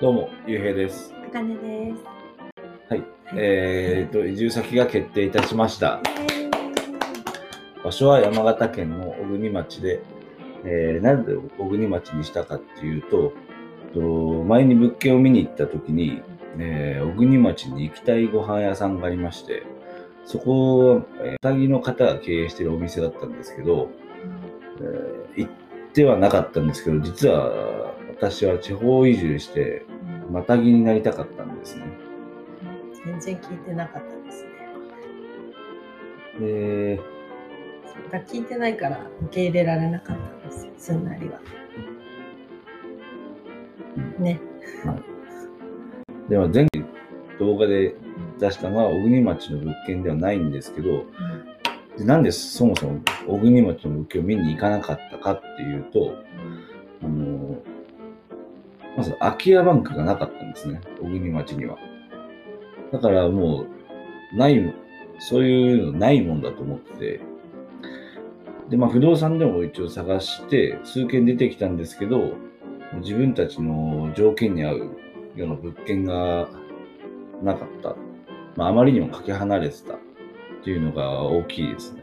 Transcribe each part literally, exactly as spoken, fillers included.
どうも、ゆうへいです。 あかねです。 はい。えーと、移住先が決定いたしました。場所は山形県の小国町で、えー、なぜ小国町にしたかっていうと、と前に物件を見に行った時に、えー、小国町に行きたいご飯屋さんがありまして、そこは、えー、下着の方が経営しているお店だったんですけど、えー、行ってはなかったんですけど、実は私は地方移住して、またぎになりたかったんですね。 全然聞いてなかったですね。 で、 そうだ、聞いてないから受け入れられなかったんですよ、すんなりは。ね。 はい。では前回動画で出したのは小国町の物件ではないんですけど、でなんでそもそも小国町の物件を見に行かなかったかっていうと、あのまず空き家バンクがなかったんですね、小国町には。だからもうない、そういうのないもんだと思ってて、で、まあ不動産でも一応探して数件出てきたんですけど、自分たちの条件に合うような物件がなかった。まああまりにもかけ離れてたっていうのが大きいですね。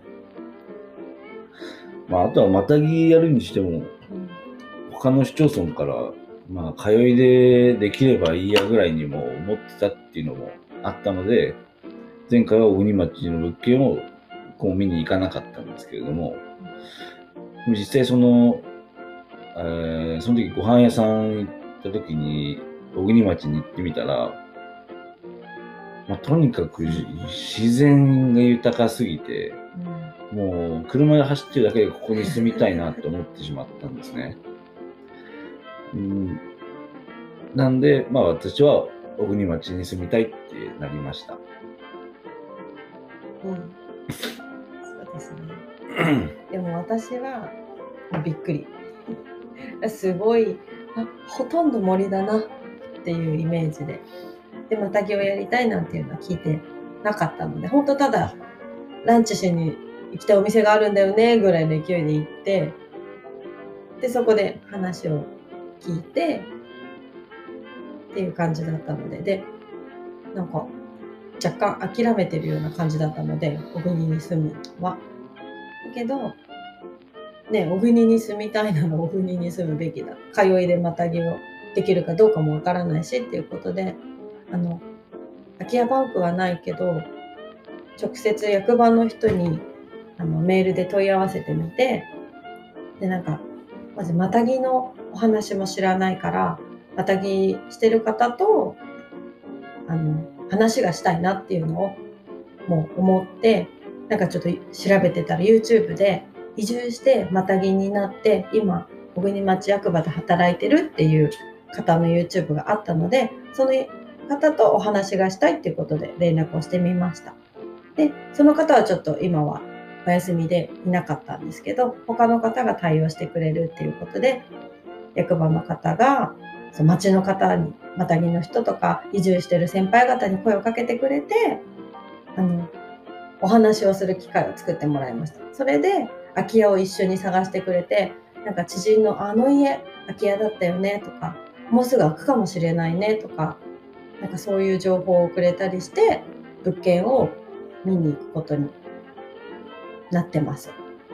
まああとはまたぎやるにしても、他の市町村から、まあ通いでできればいいやぐらいにも思ってたっていうのもあったので、前回は小国町の物件をこう見に行かなかったんですけれども、実際その、えー、その時ご飯屋さん行った時に小国町に行ってみたら、まあ、とにかく自然が豊かすぎて、うん、もう車で走ってるだけでここに住みたいなって思ってしまったんですね。うん、なんで、まあ私は小国町に住みたいってなりました。 うん、そうですね。でも私はびっくり。すごい、あ、ほとんど森だなっていうイメージで。で、またぎをやりたいなんていうのは聞いてなかったので、本当ただランチしに行きたいお店があるんだよねぐらいの勢いで行って、で、そこで話を聞いてっていう感じだったので、で、なんか若干諦めてるような感じだったので、小国に住むのは。だけど、ね、小国に住みたいなら小国に住むべきだ。通いでまたぎをできるかどうかもわからないしっていうことで、あの、空き家バンクはないけど、直接役場の人にあのメールで問い合わせてみて、で、なんか、まずまたぎのお話も知らないから、またぎしてる方と、あの、話がしたいなっていうのをもう思って、なんかちょっと調べてたら YouTube で移住してまたぎになって、今、小国町役場で働いてるっていう方の YouTube があったので、その方とお話がしたいっていうことで連絡をしてみました。で、その方はちょっと今はお休みでいなかったんですけど、他の方が対応してくれるっていうことで、役場の方がその町の方に、またぎの人とか移住してる先輩方に声をかけてくれて、あのお話をする機会を作ってもらいました。それで空き家を一緒に探してくれて、なんか知人のあの家空き家だったよねとか、もうすぐ開くかもしれないねとか、なんかそういう情報をくれたりして物件を見に行くことになってます。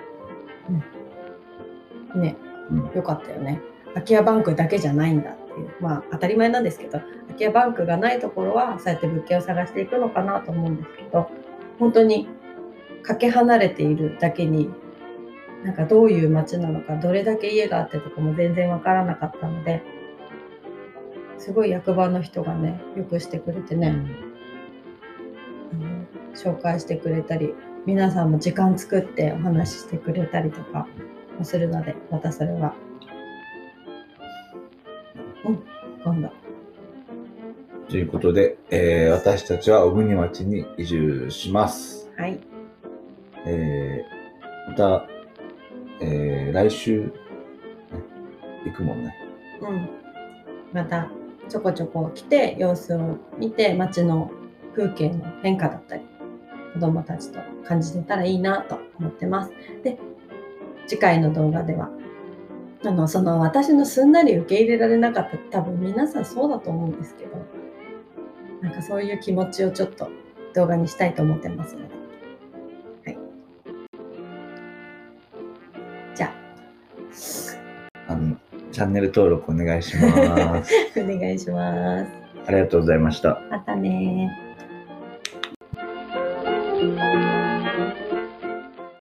うん、ね、うん、よかったよね。空き家バンクだけじゃないんだっていう、まあ当たり前なんですけど、空き家バンクがないところはそうやって物件を探していくのかなと思うんですけど、本当にかけ離れているだけに、なんかどういう街なのか、どれだけ家があってとかも全然わからなかったので、すごい役場の人がね、よくしてくれてね、うん、紹介してくれたり、皆さんも時間作ってお話ししてくれたりとかもするので、またそれは、うん、今度。 ということで、えー、私たちは小国町に移住します。 はい。 えー、また、えー、来週、ね、行くもんね。 うん。またちょこちょこ来て様子を見て、街の風景の変化だったり、子どもたちと感じてたらいいなと思ってます。で、次回の動画ではあのその私のすんなり受け入れられなかった、多分皆さんそうだと思うんですけど、なんかそういう気持ちをちょっと動画にしたいと思ってますので、はい、じゃあのチャンネル登録お願いします。 あお願いします。 ありがとうございました。 またねー。